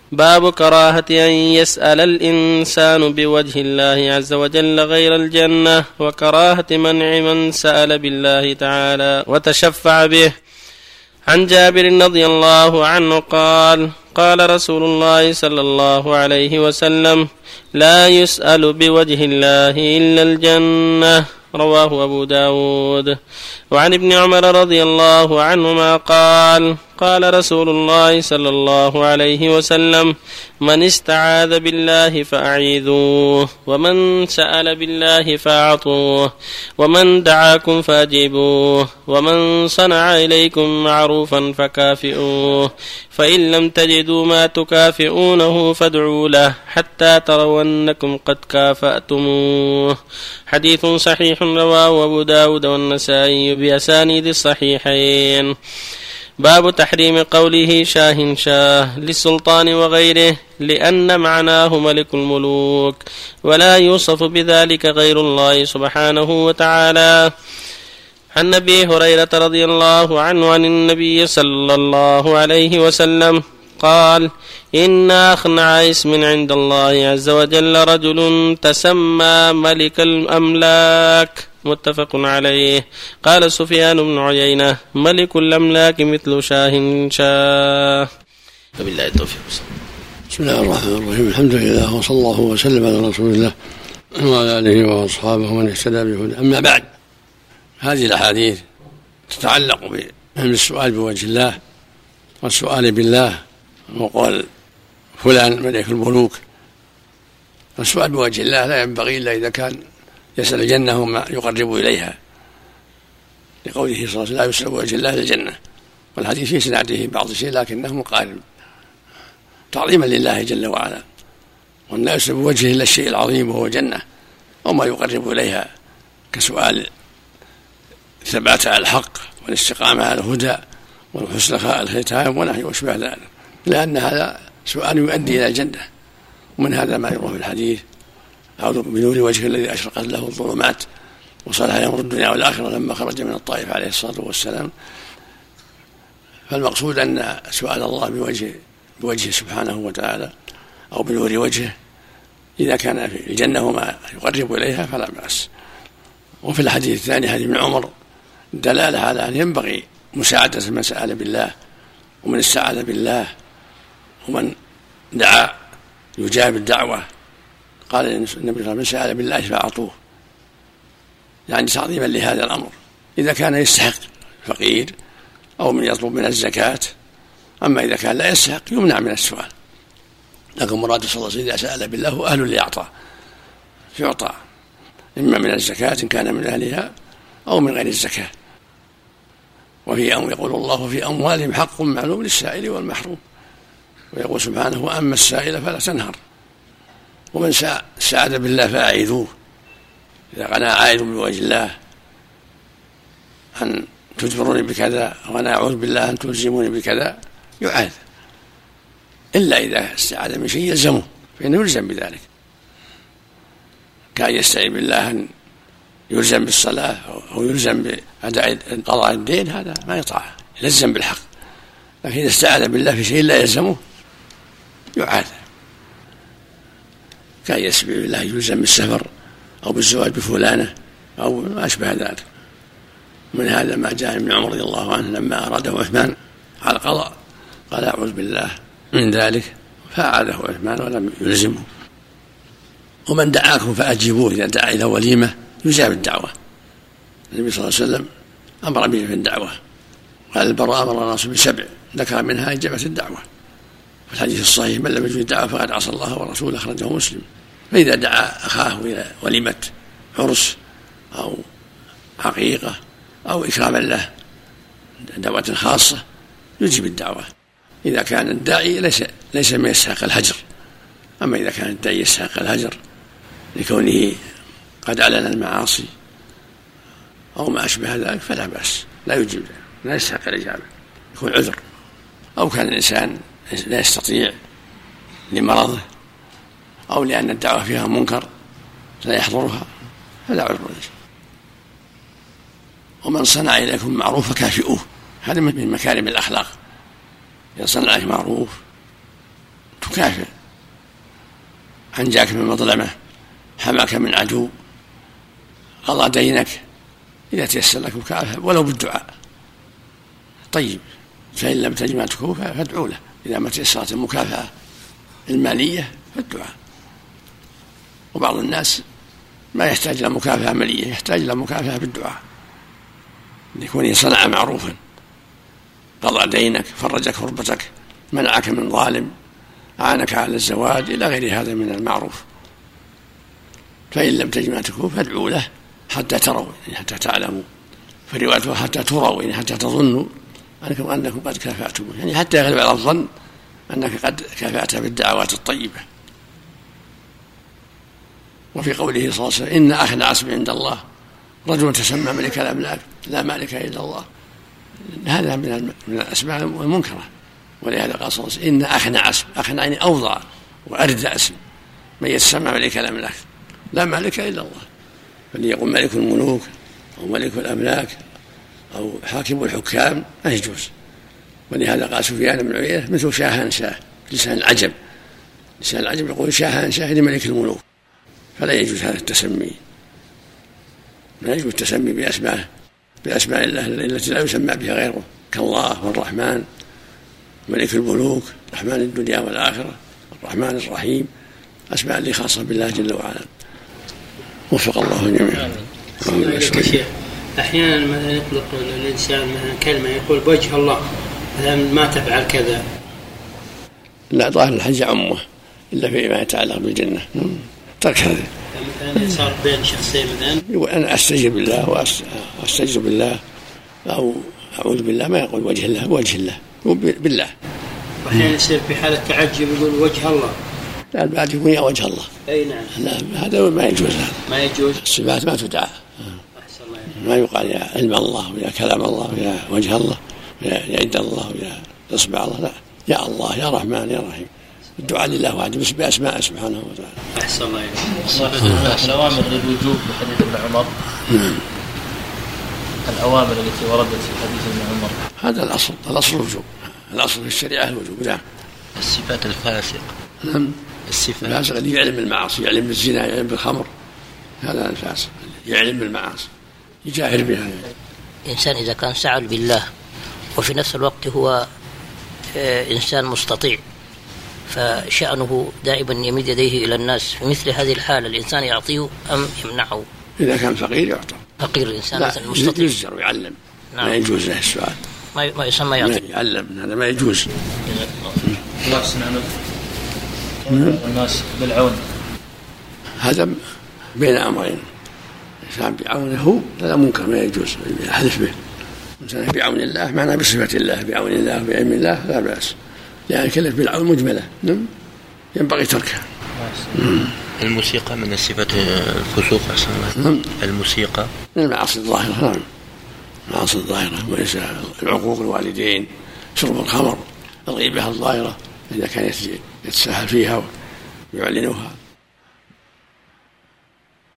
باب كراهة أن يسأل الإنسان بوجه الله عز وجل غير الجنة، وكراهة منع من سأل بالله تعالى وتشفع به. عن جابر رضي الله عنه قال: قال رسول الله صلى الله عليه وسلم: لا يسأل بوجه الله إلا الجنة. رواه أبو داود. وعن ابن عمر رضي الله عنهما قال: قال رسول الله صلى الله عليه وسلم: من استعاذ بالله فأعيذوه، ومن سأل بالله فأعطوه، ومن دعاكم فأجيبوه، ومن صنع إليكم معروفا فكافئوه، فإن لم تجدوا ما تكافئونه فادعوا له حتى تروا أنكم قد كافأتموه. حديث صحيح رواه أبو داود والنسائي بأسانيد الصحيحين. باب تحريم قوله شاه شاه للسلطان وغيره، لأن معناه ملك الملوك، ولا يوصف بذلك غير الله سبحانه وتعالى. عن أبي هريرة رضي الله عنه عن النبي صلى الله عليه وسلم قال: إن أخنع اسم عند الله عز وجل رجل تسمى ملك الأملاك. متفق عليه. قال سفيان بن عيينة: ملك الأملاك مثل شاه شاه. وبالله التوفيق. بسم الله الرحمن الرحيم. الحمد لله وصلى الله وسلم على رسول الله وعلى آله وأصحابه ومن اهتدى بهداه. أما بعد، هذه الأحاديث تتعلق بالسؤال بوجه الله والسؤال بالله، وقال فلان ملك الملوك. والسؤال بوجه الله لا ينبغي إلا إذا كان يسأل الجنة وما يقرب إليها، لقوله صلى الله عليه وسلم: لا يسأل بوجه الله الجنة. والحديث في سنده بعض الشيء لكنه مقارب تعظيما لله جل وعلا، وأن لا يسأل بوجهه إلا الشيء العظيم وهو الجنة وما يقرب إليها، كسؤال ثبات على الحق والاستقامة على الهدى والحسن الختام ونحو وشبه ذلك، لأن هذا سؤال يؤدي إلى الجنة. ومن هذا ما يروى في الحديث: أعوذ بنور وجهه الذي أشرقت له الظلمات وصلح أمر الدنيا والآخرة لما خرج من الطائف عليه الصلاة والسلام. فالمقصود أن سؤال الله بوجهه سبحانه وتعالى أو بنور وجهه إذا كان في الجنة وما يقرب إليها فلا بأس. وفي الحديث الثاني حديث ابن عمر دلالة على أن ينبغي مساعدة من سأل بالله ومن استعاذ بالله، ومن دعا يجاب الدعوة. قال النبي صلى الله عليه وسلم: من سأل بالله فأعطوه، يعني تعظيما لهذا الأمر. إذا كان يستحق فقير أو من يطلب من الزكاة، أما إذا كان لا يستحق يمنع من السؤال. لكن مراد صلى الله عليه وسلم إذا سأل بالله هو أهل ليعطى يعطى، إما من الزكاة إن كان من أهلها أو من غير الزكاة. يقول الله: في أموالهم حق معلوم للسائل والمحروم. ويقول سبحانه: وأما السائل فلا تنهر. ومن سعد بالله فأعيذوه، إذا قال: أنا أعيذ بوجه الله أن تجبروني بكذا، وأنا أعوذ بالله أن تلزموني بكذا، يعاذ، إلا إذا استعاذ من شيء يلزمه فإنه يلزم بذلك، كان يستعيذ بالله أن يلزم بالصلاة أو يلزم بأداء قضاء الدين، هذا ما يطاع، يلزم بالحق. لكن إذا استعاذ بالله في شيء لا يلزمه يعاذ، كان يستعيذ بالله يلزم بالسفر أو بالزواج بفلانة أو ما أشبه ذلك. من هذا ما جاء ابن عمر رضي الله عنه لما أراده عثمان على القضاء قال: أعوذ بالله من ذلك، فأعاذه عثمان ولم يلزمه. ومن دعاكم فأجيبوه، إذا دعا إلى وليمة يجاب الدعوة. النبي صلى الله عليه وسلم أمر به في الدعوة، قال: البراء أمر الناس ب7 ذكر منها إجابة الدعوة. في الحديث الصحيح: من لم يجب الدعوة فقد عصى الله ورسوله، أخرجه مسلم. فإذا دعا أخاه إلى وليمة عرس أو عقيقة أو إكراما له دعوة خاصة يجيب الدعوة، إذا كان الداعي ليس من يستحق الهجر. أما إذا كان الداعي يستحق الهجر لكونه قد أعلن المعاصي أو ما أشبه ذلك فلا بأس، لا يجيب، لا يستحق الإجابة، يكون عذر. أو كان الإنسان لا يستطيع لمرضه أو لأن الدعوة فيها منكر لا يحضرها فلا عذر له. ومن صنع إليكم معروف فكافئوه، هذا من مكارم الأخلاق. إذا صنع معروف كافر، أنجاك من مظلمة، حماك من عدو، قضى دينك، إذا تيسر لك مكافأة ولو بالدعاء طيب، فإن لم تجد ما تكافئ فادعوا له. إذا ما تيسرت المكافأة المالية فالدعاء. وبعض الناس ما يحتاج إلى مكافأة مالية، يحتاج إلى مكافأة بالدعاء، لكونه صنع معروفا، قضى دينك، فرجك كربتك، منعك من ظالم، أعانك على الزواج، إلى غير هذا من المعروف. فإن لم تجد ما تكافئ فادعوا له حتى تروا، يعني حتى تعلموا، في روايته حتى تروا، يعني حتى تظنوا أنكم قد كافأتم، يعني حتى يغلب على الظن أنك قد كافأت بالدعوات الطيبة. وفي قوله صلى الله عليه وسلم: إن أخنع اسم عند الله رجل تسمى ملك الأملاك لا مالك إلا الله، هذا من الأسماء المنكرة. ولهذا قال صلى الله عليه وسلم: إن أخنع اسم، أخنع يعني أوضع وأردى اسم، من يتسمى ملك الأملاك لا مالك إلا الله، فليقل ملك الملوك أو ملك الأملاك أو حاكم الحكام ما يجوز. ولهذا قال سفيان بن عيينة: مثل شاهان شاه، لسان العجب، لسان العجب يقول شاهان شاه لملك الملوك، فلا يجوز هذا التسمي، لا يجوز التسمي بأسماء الله التي لا يسمى بها غيره، كالله والرحمن، ملك الملوك، رحمن الدنيا والآخرة، الرحمن الرحيم، أسماء اللي خاصة بالله جل وعلا. وفق الله جميعا. أحيانا مثلا يطلق الإنسان مثلا كلمة يقول بوجه الله مثلا ما تفعل كذا، لا، ظاهر الحج عمه إلا فيما يتعلق بالجنة، ترك هذا. مثلا صار بين شخصين مثلا أنا أستجيب بالله وأستجيب بالله أو أعوذ بالله، ما يقول وجه الله، وجه الله بالله. وأحيانا يصير في حالة تعجب يقول وجه الله، لا بعد يقول يا وجه الله. أي نعم. لا، هذا ما يجوز، هذا ما يجوز. الصفات ما تدعى، ما يقال يا علم الله ويا كلام الله ويا وجه الله ويا يد الله ويا إصبع الله، لا، يا الله يا رحمن يا رحيم. الدعاء لله واحد بس بأسماء سبحانه وتعالى. أحسن الله إليك. الأوامر للوجوب بحديث ابن عمر، الأوامر التي وردت في حديث ابن عمر، هذا الأصل الوجوب، الأصل في الشريعة الوجوب. نعم. الصفات الفاسق، نعم، الصفات الفاسق اللي يعلم بالمعاصي، يعلم بالزنا، يعلم بالخمر، هذا الفاسق يعلم بالمعاصي يجاهر بها. إنسان إذا كان سعل بالله وفي نفس الوقت هو إنسان مستطيع، فشأنه دائما يمد يديه إلى الناس، في مثل هذه الحالة الإنسان يعطيه أم يمنعه؟ إذا كان فقير يعطى. فقير الإنسان مثلا مستطيع يزجر ويعلم. نعم. ما يجوز له السؤال، ما يسمى يعطي، يعلم، هذا ما يجوز. الناس بالعون، هذا بين أمرين، إنسان بعونه هذا منكر ما يجوز الحلف به. إنسان بعون الله معناه بصفة الله، بعون الله بعلم الله لا بأس، يعني كلمة بالعون مجملة ينبغي تركها. الموسيقى من الصفات الفسوق أحسن الله. الموسيقى من المعاصي الظاهرة، نعم، المعاصي الظاهرة، وليس العقوق الوالدين، شرب الخمر، الغيبة الظاهرة إذا كان يتساهل فيها ويعلنها.